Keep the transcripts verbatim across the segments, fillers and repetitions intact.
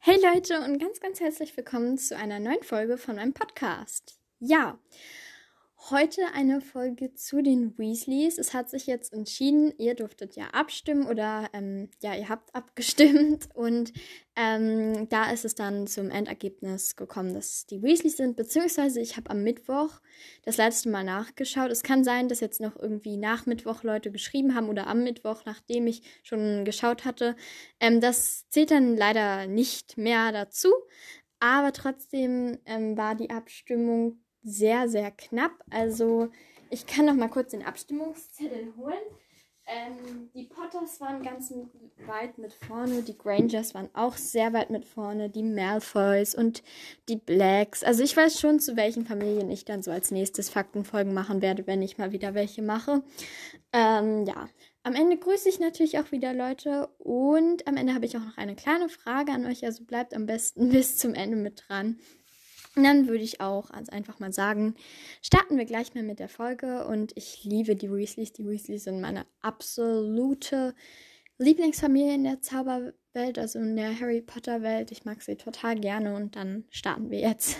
Hey Leute und ganz, ganz herzlich willkommen zu einer neuen Folge von meinem Podcast. Ja, heute eine Folge zu den Weasleys. Es hat sich jetzt entschieden, ihr durftet ja abstimmen oder ähm, ja, ihr habt abgestimmt und ähm, da ist es dann zum Endergebnis gekommen, dass es die Weasleys sind, beziehungsweise ich habe am Mittwoch das letzte Mal nachgeschaut. Es kann sein, dass jetzt noch irgendwie nach Mittwoch Leute geschrieben haben oder am Mittwoch, nachdem ich schon geschaut hatte. Ähm, das zählt dann leider nicht mehr dazu, aber trotzdem ähm, war die Abstimmung sehr, sehr knapp. Also ich kann noch mal kurz den Abstimmungszettel holen. Ähm, die Potters waren ganz weit mit vorne, die Grangers waren auch sehr weit mit vorne, die Malfoys und die Blacks. Also ich weiß schon, zu welchen Familien ich dann so als nächstes Faktenfolgen machen werde, wenn ich mal wieder welche mache. Ähm, ja, am Ende grüße ich natürlich auch wieder Leute und am Ende habe ich auch noch eine kleine Frage an euch, also bleibt am besten bis zum Ende mit dran. Und dann würde ich auch also einfach mal sagen, starten wir gleich mal mit der Folge. Und ich liebe die Weasleys. Die Weasleys sind meine absolute Lieblingsfamilie in der Zauberwelt, also in der Harry Potter Welt. Ich mag sie total gerne und dann starten wir jetzt.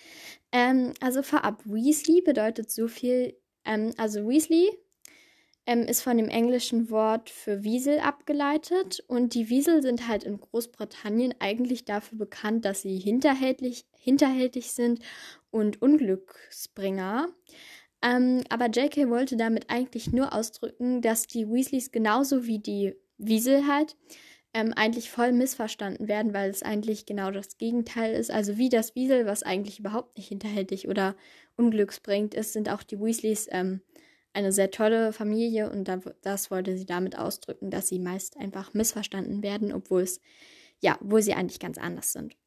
ähm, also vorab, Weasley bedeutet so viel, ähm, also Weasley Ähm, ist von dem englischen Wort für Wiesel abgeleitet. Und die Wiesel sind halt in Großbritannien eigentlich dafür bekannt, dass sie hinterhältig, hinterhältig sind und Unglücksbringer. Ähm, aber J K wollte damit eigentlich nur ausdrücken, dass die Weasleys genauso wie die Wiesel halt ähm, eigentlich voll missverstanden werden, weil es eigentlich genau das Gegenteil ist. Also wie das Wiesel, was eigentlich überhaupt nicht hinterhältig oder unglücksbringend ist, sind auch die Weasleys ähm, eine sehr tolle Familie und das wollte sie damit ausdrücken, dass sie meist einfach missverstanden werden, obwohl es, ja, obwohl sie eigentlich ganz anders sind.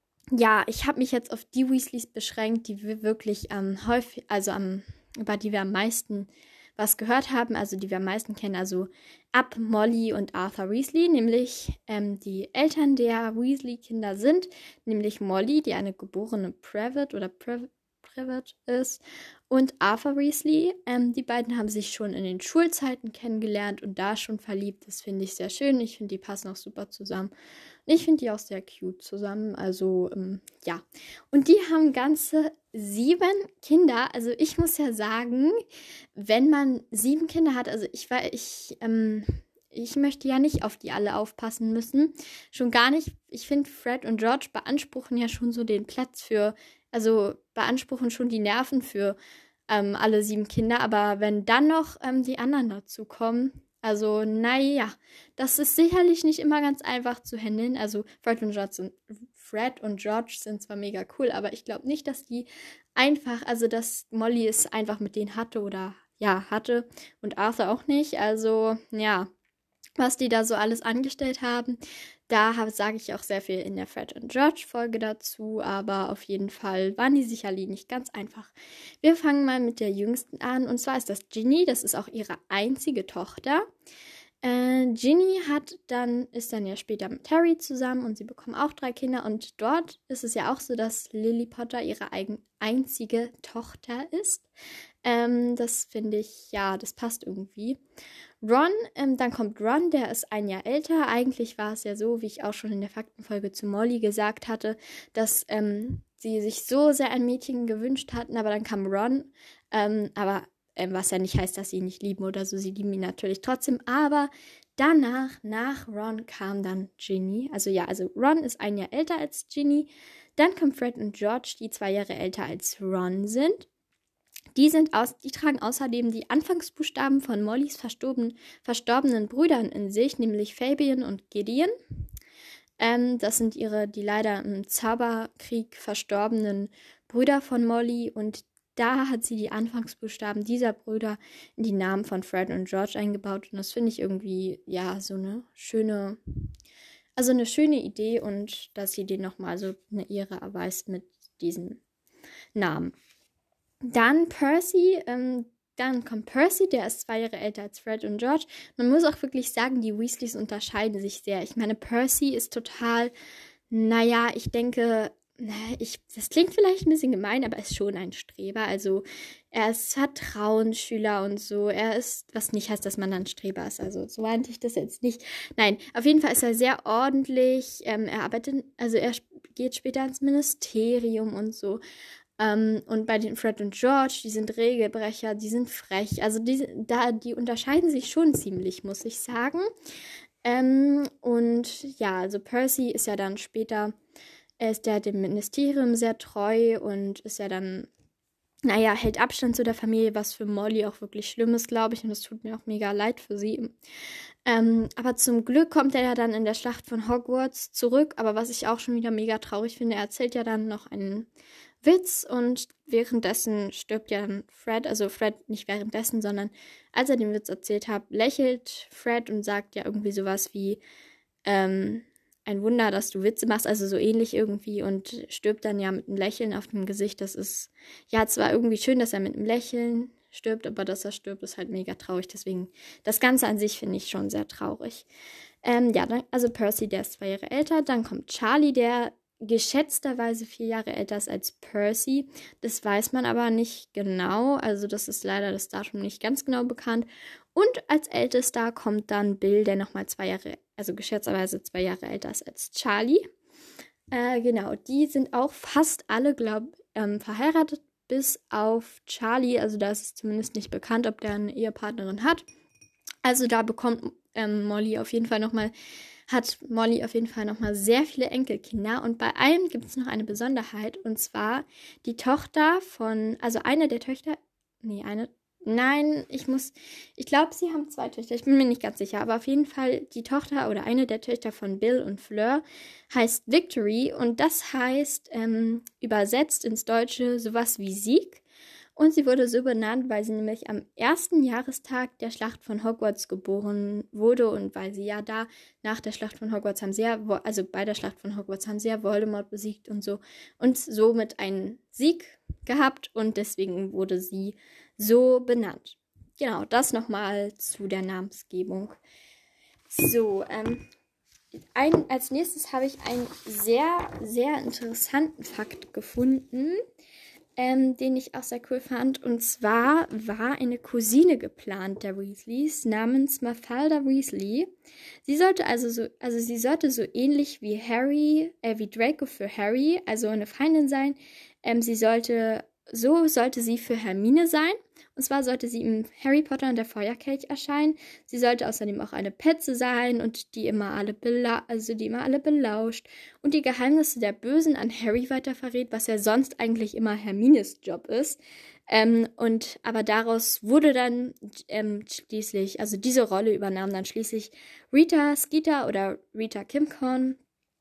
Ja, ich habe mich jetzt auf die Weasleys beschränkt, die wir wirklich am ähm, häufig, also am, über die wir am meisten was gehört haben, also die wir am meisten kennen, also ab Molly und Arthur Weasley, nämlich ähm, die Eltern der Weasley-Kinder sind, nämlich Molly, die eine geborene Private oder Private Privet ist, und Arthur Weasley. Ähm, die beiden haben sich schon in den Schulzeiten kennengelernt und da schon verliebt. Das finde ich sehr schön. Ich finde, die passen auch super zusammen. Und ich finde die auch sehr cute zusammen. Also, ähm, ja. Und die haben ganze sieben Kinder. Also, ich muss ja sagen, wenn man sieben Kinder hat, also ich war, ich, ähm, ich möchte ja nicht auf die alle aufpassen müssen. Schon gar nicht. Ich finde, Fred und George beanspruchen ja schon so den Platz für, also beanspruchen schon die Nerven für ähm, alle sieben Kinder. Aber wenn dann noch ähm, die anderen dazu kommen, also naja, das ist sicherlich nicht immer ganz einfach zu handeln. Also Fred und George sind, Fred und George sind zwar mega cool, aber ich glaube nicht, dass die einfach, also dass Molly es einfach mit denen hatte oder ja, hatte und Arthur auch nicht. Also ja, was die da so alles angestellt haben. Da sage ich auch sehr viel in der Fred und George Folge dazu, aber auf jeden Fall waren die sicherlich nicht ganz einfach. Wir fangen mal mit der jüngsten an und zwar ist das Ginny, das ist auch ihre einzige Tochter. Äh, Ginny hat dann, ist dann ja später mit Harry zusammen und sie bekommen auch drei Kinder und dort ist es ja auch so, dass Lily Potter ihre eigen, einzige Tochter ist. Ähm, das finde ich, ja, das passt irgendwie. Ron, ähm, dann kommt Ron, der ist ein Jahr älter. Eigentlich war es ja so, wie ich auch schon in der Faktenfolge zu Molly gesagt hatte, dass ähm, sie sich so sehr ein Mädchen gewünscht hatten, aber dann kam Ron, ähm, aber ähm, was ja nicht heißt, dass sie ihn nicht lieben oder so, sie lieben ihn natürlich trotzdem, aber danach, nach Ron kam dann Ginny, also ja, also Ron ist ein Jahr älter als Ginny, dann kommt Fred und George, die zwei Jahre älter als Ron sind. Die, sind aus, die tragen außerdem die Anfangsbuchstaben von Mollys verstorben, verstorbenen Brüdern in sich, nämlich Fabian und Gideon. Ähm, das sind ihre, die leider im Zauberkrieg verstorbenen Brüder von Molly. Und da hat sie die Anfangsbuchstaben dieser Brüder in die Namen von Fred und George eingebaut. Und das finde ich irgendwie, ja, so eine schöne, also eine schöne Idee. Und dass sie denen nochmal so eine Ehre erweist mit diesen Namen. Dann Percy, ähm, dann kommt Percy, der ist zwei Jahre älter als Fred und George. Man muss auch wirklich sagen, die Weasleys unterscheiden sich sehr. Ich meine, Percy ist total, naja, ich denke, na, ich, das klingt vielleicht ein bisschen gemein, aber er ist schon ein Streber. Also er ist Vertrauensschüler und so. Er ist, was nicht heißt, dass man dann Streber ist. Also so meinte ich das jetzt nicht. Nein, auf jeden Fall ist er sehr ordentlich. Ähm, er arbeitet, also er geht später ins Ministerium und so. Ähm, und bei den Fred und George, die sind Regelbrecher, die sind frech. Also die, da, die unterscheiden sich schon ziemlich, muss ich sagen. Ähm, und ja, also Percy ist ja dann später, er ist ja dem Ministerium sehr treu und ist ja dann, naja, hält Abstand zu der Familie, was für Molly auch wirklich schlimm ist, glaube ich. Und das tut mir auch mega leid für sie. Ähm, aber zum Glück kommt er ja dann in der Schlacht von Hogwarts zurück. Aber was ich auch schon wieder mega traurig finde, er erzählt ja dann noch einen Witz und währenddessen stirbt ja dann Fred, also Fred nicht währenddessen, sondern als er den Witz erzählt hat, lächelt Fred und sagt ja irgendwie sowas wie, ähm, ein Wunder, dass du Witze machst, also so ähnlich irgendwie und stirbt dann ja mit einem Lächeln auf dem Gesicht. Das ist ja zwar irgendwie schön, dass er mit einem Lächeln stirbt, aber dass er stirbt, ist halt mega traurig. Deswegen, das Ganze an sich finde ich schon sehr traurig. Ähm, ja, dann, also Percy, der ist zwei Jahre älter. Dann kommt Charlie, der geschätzterweise vier Jahre älter ist als Percy. Das weiß man aber nicht genau. Also das ist leider das Datum nicht ganz genau bekannt. Und als ältester kommt dann Bill, der nochmal zwei Jahre, also geschätzterweise zwei Jahre älter ist als Charlie. Äh, genau, die sind auch fast alle, glaube ich, ähm, verheiratet, bis auf Charlie. Also da ist es zumindest nicht bekannt, ob der eine Ehepartnerin hat. Also da bekommt ähm, Molly auf jeden Fall nochmal hat Molly auf jeden Fall nochmal sehr viele Enkelkinder. Und bei allen gibt es noch eine Besonderheit. Und zwar die Tochter von, also eine der Töchter, nee, eine, nein, ich muss, ich glaube, sie haben zwei Töchter, ich bin mir nicht ganz sicher. Aber auf jeden Fall die Tochter oder eine der Töchter von Bill und Fleur heißt Victory. Und das heißt ähm, übersetzt ins Deutsche sowas wie Sieg. Und sie wurde so benannt, weil sie nämlich am ersten Jahrestag der Schlacht von Hogwarts geboren wurde und weil sie ja da nach der Schlacht von Hogwarts haben sie ja, also bei der Schlacht von Hogwarts haben sie ja Voldemort besiegt und so und somit einen Sieg gehabt und deswegen wurde sie so benannt. Genau, das nochmal zu der Namensgebung. So, ähm, ein, als nächstes habe ich einen sehr, sehr interessanten Fakt gefunden. Ähm, den ich auch sehr cool fand. Und zwar war eine Cousine geplant der Weasleys namens Mafalda Weasley. Sie sollte also so, also sie sollte so ähnlich wie Harry, äh, wie Draco für Harry, also eine Feindin sein. Ähm, sie sollte, so sollte sie für Hermine sein. Und zwar sollte sie im Harry Potter und der Feuerkelch erscheinen. Sie sollte außerdem auch eine Petze sein und die immer alle bela- also die immer alle belauscht und die Geheimnisse der Bösen an Harry weiterverrät, was ja sonst eigentlich immer Hermines Job ist. Ähm, und aber daraus wurde dann ähm, schließlich, also diese Rolle übernahm dann schließlich Rita Skeeter oder Rita Kimcorn.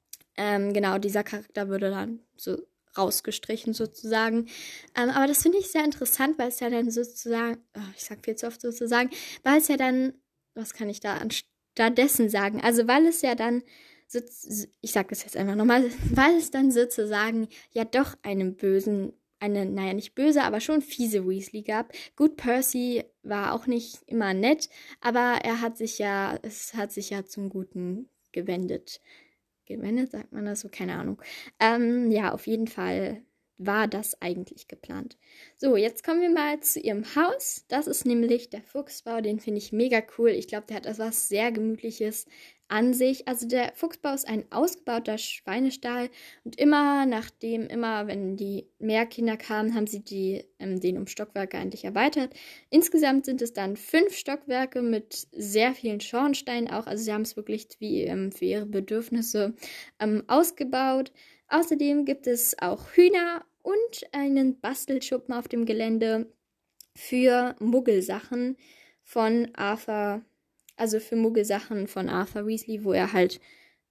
Ähm, genau, dieser Charakter würde dann so rausgestrichen sozusagen. Ähm, aber das finde ich sehr interessant, weil es ja dann sozusagen, oh, ich sag viel zu oft sozusagen, weil es ja dann, was kann ich da anstattdessen sagen? Also weil es ja dann, so, ich sag das jetzt einfach nochmal, weil es dann sozusagen ja doch einen bösen, eine, naja, nicht böse, aber schon fiese Weasley gab. Gut, Percy war auch nicht immer nett, aber er hat sich ja, es hat sich ja zum Guten gewendet. Gewendet, sagt man das so? Keine Ahnung. Ähm, ja, auf jeden Fall war das eigentlich geplant. So, jetzt kommen wir mal zu ihrem Haus. Das ist nämlich der Fuchsbau, den finde ich mega cool. Ich glaube, der hat etwas sehr Gemütliches an sich. Also der Fuchsbau ist ein ausgebauter Schweinestall und immer nachdem, immer wenn die mehr Kinder kamen, haben sie die, ähm, den um Stockwerke eigentlich erweitert. Insgesamt sind es dann fünf Stockwerke mit sehr vielen Schornsteinen auch. Also sie haben es wirklich wie ähm, für ihre Bedürfnisse ähm, ausgebaut. Außerdem gibt es auch Hühner und einen Bastelschuppen auf dem Gelände für Muggelsachen von Arthur, also für Muggelsachen von Arthur Weasley, wo er halt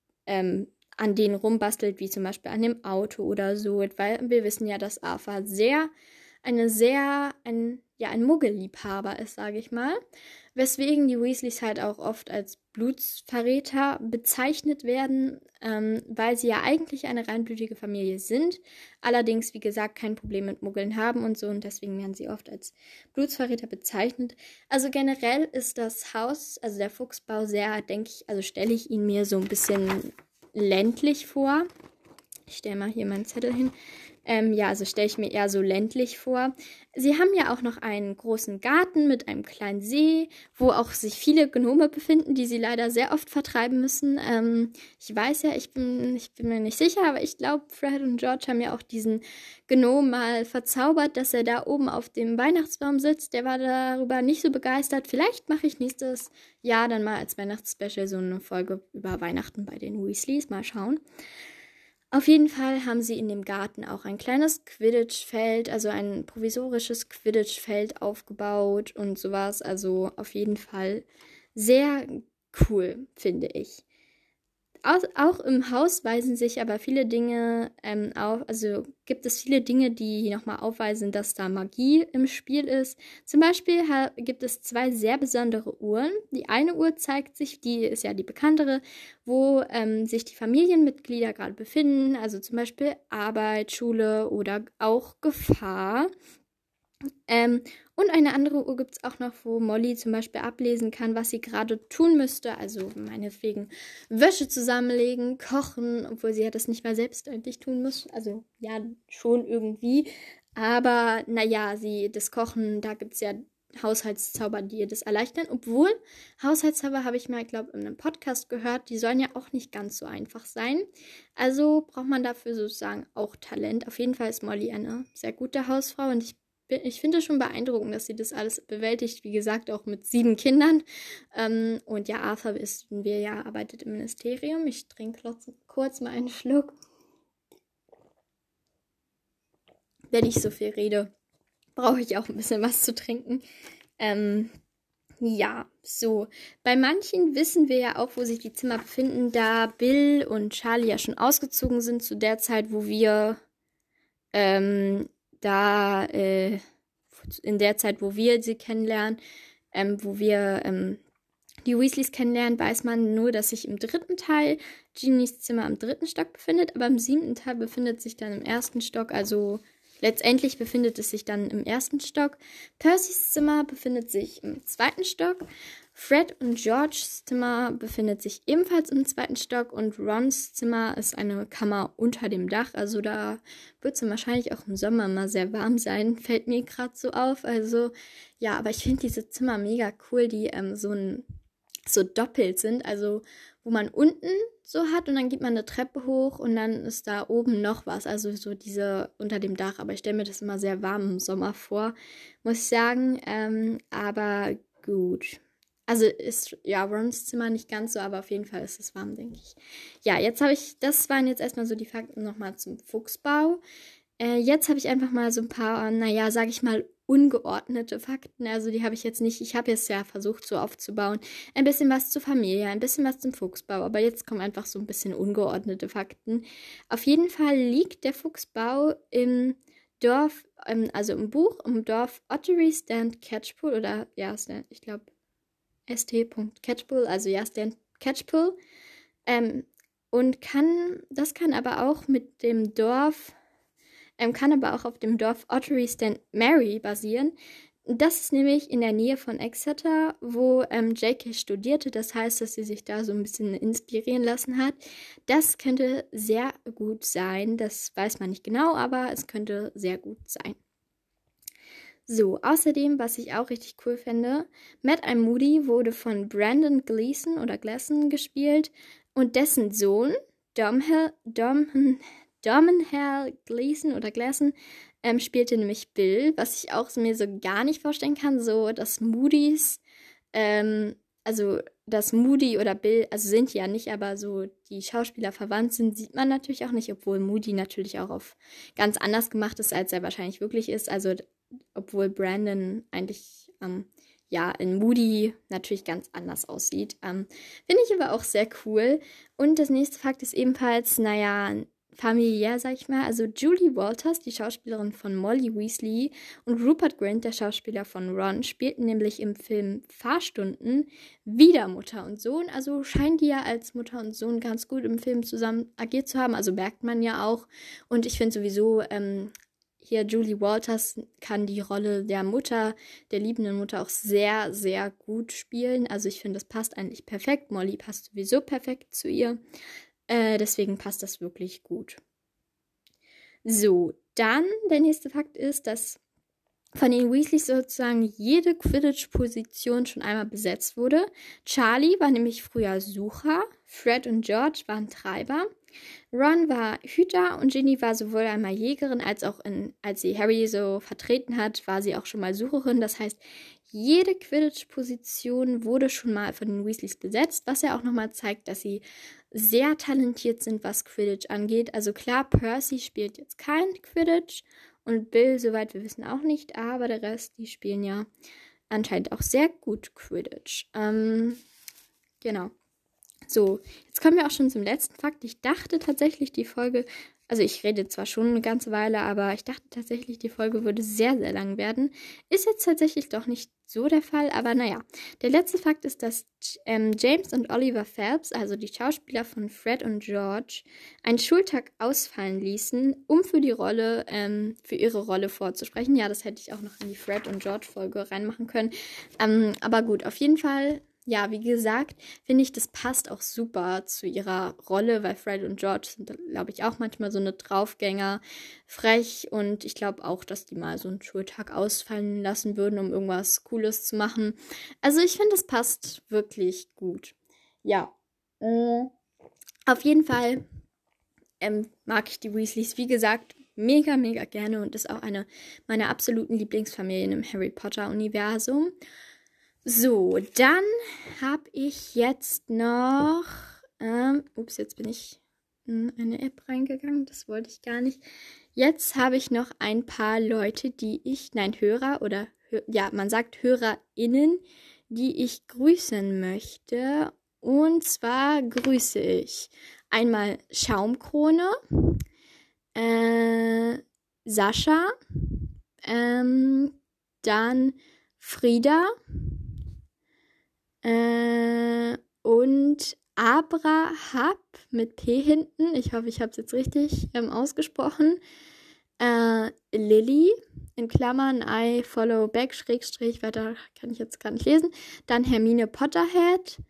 ähm, an denen rumbastelt, wie zum Beispiel an dem Auto oder so, weil wir wissen ja, dass Arthur sehr, eine sehr, ein, ja, ein Muggelliebhaber ist, sage ich mal. Weswegen die Weasleys halt auch oft als Blutsverräter bezeichnet werden, ähm, weil sie ja eigentlich eine reinblütige Familie sind, allerdings, wie gesagt, kein Problem mit Muggeln haben und so und deswegen werden sie oft als Blutsverräter bezeichnet. Also generell ist das Haus, also der Fuchsbau sehr, denke ich, also stelle ich ihn mir so ein bisschen ländlich vor. Ich stelle mal hier meinen Zettel hin. Ähm, ja, also stelle ich mir eher so ländlich vor. Sie haben ja auch noch einen großen Garten mit einem kleinen See, wo auch sich viele Gnome befinden, die sie leider sehr oft vertreiben müssen. Ähm, ich weiß ja, ich bin, ich bin mir nicht sicher, aber ich glaube, Fred und George haben ja auch diesen Gnome mal verzaubert, dass er da oben auf dem Weihnachtsbaum sitzt. Der war darüber nicht so begeistert. Vielleicht mache ich nächstes Jahr dann mal als Weihnachtsspecial so eine Folge über Weihnachten bei den Weasleys. Mal schauen. Auf jeden Fall haben sie in dem Garten auch ein kleines Quidditch-Feld, also ein provisorisches Quidditch-Feld aufgebaut und sowas. Also auf jeden Fall sehr cool, finde ich. Auch, auch im Haus weisen sich aber viele Dinge ähm, auf, also gibt es viele Dinge, die nochmal aufweisen, dass da Magie im Spiel ist. Zum Beispiel ha- gibt es zwei sehr besondere Uhren. Die eine Uhr zeigt sich, die ist ja die bekanntere, wo ähm, sich die Familienmitglieder gerade befinden, also zum Beispiel Arbeit, Schule oder auch Gefahr. Ähm, und eine andere Uhr gibt es auch noch, wo Molly zum Beispiel ablesen kann, was sie gerade tun müsste. Also meinetwegen Wäsche zusammenlegen, kochen, obwohl sie ja das nicht mal selbst eigentlich tun muss. Also ja, schon irgendwie. Aber naja, sie, das Kochen, da gibt es ja Haushaltszauber, die ihr das erleichtern. Obwohl, Haushaltszauber habe ich mal, glaube ich, in einem Podcast gehört, die sollen ja auch nicht ganz so einfach sein. Also braucht man dafür sozusagen auch Talent. Auf jeden Fall ist Molly eine sehr gute Hausfrau und ich Ich finde es schon beeindruckend, dass sie das alles bewältigt. Wie gesagt, auch mit sieben Kindern. Ähm, und ja, Arthur, wissen wir ja, arbeitet im Ministerium. Ich trinke kurz mal einen Schluck. Wenn ich so viel rede, brauche ich auch ein bisschen was zu trinken. Ähm, ja, so. Bei manchen wissen wir ja auch, wo sich die Zimmer befinden, da Bill und Charlie ja schon ausgezogen sind, zu der Zeit, wo wir ähm, da äh, in der Zeit, wo wir sie kennenlernen, ähm, wo wir ähm, die Weasleys kennenlernen, weiß man nur, dass sich im dritten Teil Ginny's Zimmer im dritten Stock befindet, aber im siebten Teil befindet sich dann im ersten Stock, also letztendlich befindet es sich dann im ersten Stock. Percys Zimmer befindet sich im zweiten Stock. Fred und Georges Zimmer befindet sich ebenfalls im zweiten Stock und Rons Zimmer ist eine Kammer unter dem Dach. Also da wird es dann wahrscheinlich auch im Sommer mal sehr warm sein, fällt mir gerade so auf. Also ja, aber ich finde diese Zimmer mega cool, die ähm, so, ein, so doppelt sind. Also wo man unten so hat und dann geht man eine Treppe hoch und dann ist da oben noch was. Also so diese unter dem Dach. Aber ich stelle mir das immer sehr warm im Sommer vor, muss ich sagen. Ähm, aber gut. Also ist ja Rons Zimmer nicht ganz so, aber auf jeden Fall ist es warm, denke ich. Ja, jetzt habe ich, das waren jetzt erstmal so die Fakten nochmal zum Fuchsbau. Äh, jetzt habe ich einfach mal so ein paar, naja, sage ich mal, ungeordnete Fakten. Also die habe ich jetzt nicht, ich habe jetzt ja versucht so aufzubauen. Ein bisschen was zur Familie, ein bisschen was zum Fuchsbau, aber jetzt kommen einfach so ein bisschen ungeordnete Fakten. Auf jeden Fall liegt der Fuchsbau im Dorf, ähm, also im Buch, im Dorf Ottery Stand Catchpool oder ja, Stand, ich glaube st. Catchpool, also ja, Stand Catchpool. Ähm, und kann, das kann aber auch mit dem Dorf, ähm, kann aber auch auf dem Dorf Ottery Stand Mary basieren. Das ist nämlich in der Nähe von Exeter, wo ähm, J K studierte. Das heißt, dass sie sich da so ein bisschen inspirieren lassen hat. Das könnte sehr gut sein. Das weiß man nicht genau, aber es könnte sehr gut sein. So, außerdem, was ich auch richtig cool finde, Mad Eye Moody wurde von Brandon Gleeson oder Gleason gespielt und dessen Sohn, Domhnall Dom, Domhnall Gleeson oder Gleason, ähm, spielte nämlich Bill, was ich auch mir so gar nicht vorstellen kann, so dass Moody's, ähm, also dass Moody oder Bill, also sind ja nicht, aber so die Schauspieler verwandt sind, sieht man natürlich auch nicht, obwohl Moody natürlich auch auf ganz anders gemacht ist, als er wahrscheinlich wirklich ist, also obwohl Brandon eigentlich, ähm, ja, in Moody natürlich ganz anders aussieht. Ähm, finde ich aber auch sehr cool. Und das nächste Fakt ist ebenfalls, naja, familiär, sag ich mal. Also Julie Walters, die Schauspielerin von Molly Weasley, und Rupert Grint, der Schauspieler von Ron, spielten nämlich im Film Fahrstunden wieder Mutter und Sohn. Also scheinen die ja als Mutter und Sohn ganz gut im Film zusammen agiert zu haben. Also merkt man ja auch. Und ich finde sowieso, ähm, hier Julie Walters kann die Rolle der Mutter, der liebenden Mutter auch sehr, sehr gut spielen. Also ich finde, das passt eigentlich perfekt. Molly passt sowieso perfekt zu ihr. Äh, deswegen passt das wirklich gut. So, dann der nächste Fakt ist, dass von den Weasleys sozusagen jede Quidditch-Position schon einmal besetzt wurde. Charlie war nämlich früher Sucher, Fred und George waren Treiber, Ron war Hüter und Ginny war sowohl einmal Jägerin, als auch, in, als sie Harry so vertreten hat, war sie auch schon mal Sucherin. Das heißt, jede Quidditch-Position wurde schon mal von den Weasleys besetzt, was ja auch nochmal zeigt, dass sie sehr talentiert sind, was Quidditch angeht. Also klar, Percy spielt jetzt kein Quidditch und Bill, soweit wir wissen, auch nicht, aber der Rest, die spielen ja anscheinend auch sehr gut Quidditch. Ähm, genau. So, jetzt kommen wir auch schon zum letzten Fakt. Ich dachte tatsächlich, die Folge, also ich rede zwar schon eine ganze Weile, aber ich dachte tatsächlich, die Folge würde sehr, sehr lang werden. Ist jetzt tatsächlich doch nicht so der Fall, aber naja. Der letzte Fakt ist, dass ähm, James und Oliver Phelps, also die Schauspieler von Fred und George, einen Schultag ausfallen ließen, um für die Rolle, ähm, für ihre Rolle vorzusprechen. Ja, das hätte ich auch noch in die Fred und George Folge reinmachen können. Ähm, aber gut, auf jeden Fall. Ja, wie gesagt, finde ich, das passt auch super zu ihrer Rolle, weil Fred und George sind, glaube ich, auch manchmal so eine Draufgänger, frech und ich glaube auch, dass die mal so einen Schultag ausfallen lassen würden, um irgendwas Cooles zu machen. Also ich finde, das passt wirklich gut. Ja, äh, auf jeden Fall ähm, mag ich die Weasleys, wie gesagt, mega, mega gerne und ist auch eine meiner absoluten Lieblingsfamilien im Harry Potter-Universum. So, dann habe ich jetzt noch, ähm, ups, jetzt bin ich in eine App reingegangen, das wollte ich gar nicht. Jetzt habe ich noch ein paar Leute, die ich, nein, Hörer oder, ja, man sagt HörerInnen, die ich grüßen möchte. Und zwar grüße ich einmal Schaumkrone, äh, Sascha, ähm, dann Frieda, Äh, und Abrahab mit P hinten. Ich hoffe, ich habe es jetzt richtig ähm, ausgesprochen. Äh, Lilly, in Klammern, I follow back, Schrägstrich, weiter kann ich jetzt gar nicht lesen. Dann Hermine Potterhead.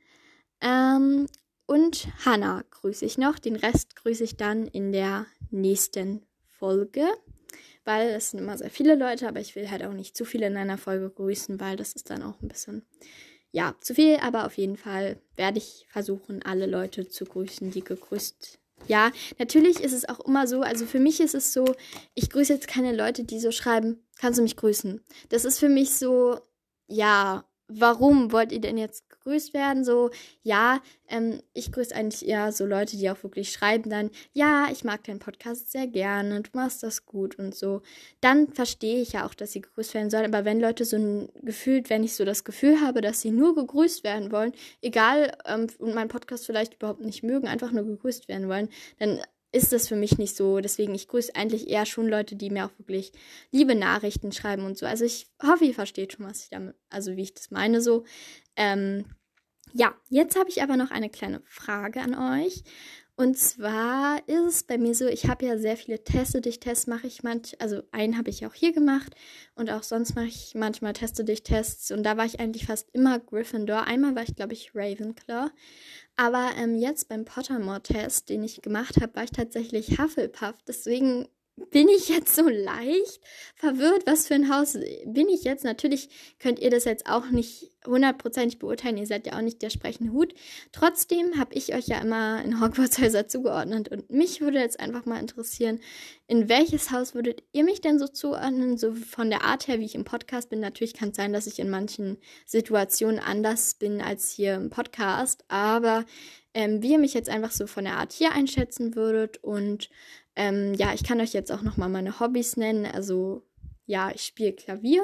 Ähm, und Hannah grüße ich noch. Den Rest grüße ich dann in der nächsten Folge. Weil es sind immer sehr viele Leute, aber ich will halt auch nicht zu viele in einer Folge grüßen, weil das ist dann auch ein bisschen... Ja, zu viel, aber auf jeden Fall werde ich versuchen, alle Leute zu grüßen, die gegrüßt. Ja, natürlich ist es auch immer so, also für mich ist es so, ich grüße jetzt keine Leute, die so schreiben, kannst du mich grüßen? Das ist für mich so, ja, warum wollt ihr denn jetzt gegrüßt werden? So, ja, ähm, ich grüße eigentlich eher so Leute, die auch wirklich schreiben dann, ja, ich mag deinen Podcast sehr gerne, du machst das gut und so. Dann verstehe ich ja auch, dass sie gegrüßt werden sollen, aber wenn Leute so ein Gefühl, wenn ich so das Gefühl habe, dass sie nur gegrüßt werden wollen, egal, ähm, und meinen Podcast vielleicht überhaupt nicht mögen, einfach nur gegrüßt werden wollen, dann ist das für mich nicht so. Deswegen, ich grüße eigentlich eher schon Leute, die mir auch wirklich liebe Nachrichten schreiben und so. Also ich hoffe, ihr versteht schon, was ich damit, also wie ich das meine so. Ähm, ja, jetzt habe ich aber noch eine kleine Frage an euch. Und zwar ist es bei mir so, ich habe ja sehr viele Teste dich Tests mache ich manch, also einen habe ich auch hier gemacht und auch sonst mache ich manchmal Teste dich Tests und da war ich eigentlich fast immer Gryffindor. Einmal war ich, glaube ich, Ravenclaw. Aber ähm, jetzt beim Pottermore-Test, den ich gemacht habe, war ich tatsächlich Hufflepuff. Deswegen bin ich jetzt so leicht verwirrt, was für ein Haus bin ich jetzt. Natürlich könnt ihr das jetzt auch nicht hundertprozentig beurteilen. Ihr seid ja auch nicht der sprechende Hut. Trotzdem habe ich euch ja immer in Hogwarts-Häuser zugeordnet. Und mich würde jetzt einfach mal interessieren, in welches Haus würdet ihr mich denn so zuordnen? So von der Art her, wie ich im Podcast bin. Natürlich kann es sein, dass ich in manchen Situationen anders bin als hier im Podcast. Aber ähm, wie ihr mich jetzt einfach so von der Art hier einschätzen würdet. Und ähm, ja, ich kann euch jetzt auch nochmal meine Hobbys nennen. Also ja, ich spiele Klavier.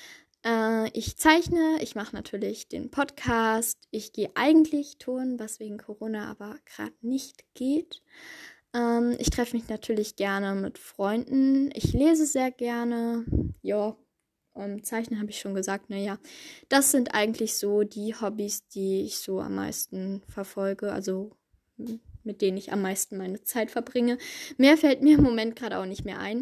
Äh, ich zeichne, ich mache natürlich den Podcast. Ich gehe eigentlich turnen, was wegen Corona aber gerade nicht geht. Ähm, ich treffe mich natürlich gerne mit Freunden. Ich lese sehr gerne. Ja, ähm, Zeichnen habe ich schon gesagt. Naja, das sind eigentlich so die Hobbys, die ich so am meisten verfolge. Also mit denen ich am meisten meine Zeit verbringe. Mehr fällt mir im Moment gerade auch nicht mehr ein.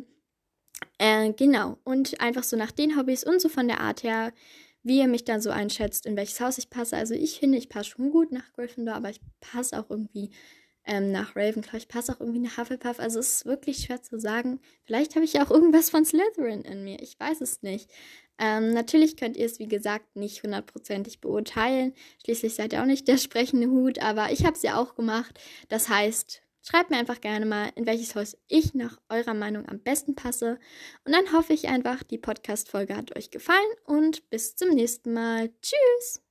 Äh, genau. Und einfach so nach den Hobbys und so von der Art her, wie ihr mich dann so einschätzt, in welches Haus ich passe. Also ich finde, ich passe schon gut nach Gryffindor, aber ich passe auch irgendwie Ähm, nach Ravenclaw, ich passe auch irgendwie nach Hufflepuff, also es ist wirklich schwer zu sagen. Vielleicht habe ich ja auch irgendwas von Slytherin in mir, ich weiß es nicht. Ähm, natürlich könnt ihr es, wie gesagt, nicht hundertprozentig beurteilen. Schließlich seid ihr auch nicht der sprechende Hut, aber ich habe es ja auch gemacht. Das heißt, schreibt mir einfach gerne mal, in welches Haus ich nach eurer Meinung am besten passe. Und dann hoffe ich einfach, die Podcast-Folge hat euch gefallen und bis zum nächsten Mal. Tschüss!